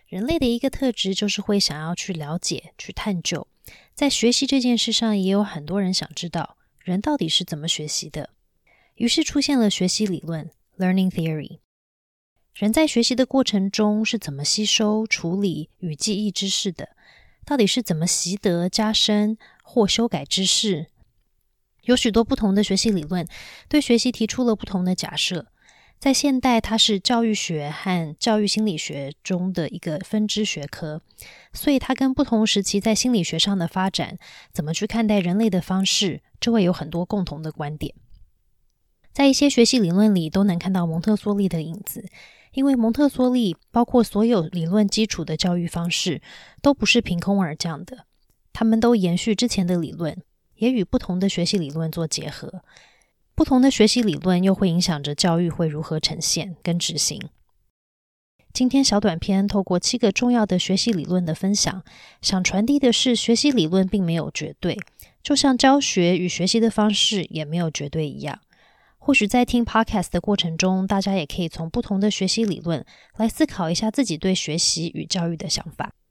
人类的一个特质就是会想要去了解、去探究。在学习这件事上，也有很多人想知道人到底是怎么学习的。于是出现了学习理论 （Learning Theory）。人在学习的过程中是怎么吸收、处理与记忆知识的？到底是怎么习得、加深或修改知识？有许多不同的学习理论对学习提出了不同的假设。在现代，它是教育学和教育心理学中的一个分支学科，所以它跟不同时期在心理学上的发展，怎么去看待人类的方式，就会有很多共同的观点。在一些学习理论里都能看到蒙特梭利的影子，因为蒙特梭利包括所有理论基础的教育方式都不是凭空而降的，他们都延续之前的理论，也与不同的学习理论做结合。不同的学习理论又会影响着教育会如何呈现跟执行。今天小短片透过7个重要的学习理论的分享，想传递的是学习理论并没有绝对，就像教学与学习的方式也没有绝对一样。或许在听 podcast 的过程中，大家也可以从不同的学习理论来思考一下自己对学习与教育的想法。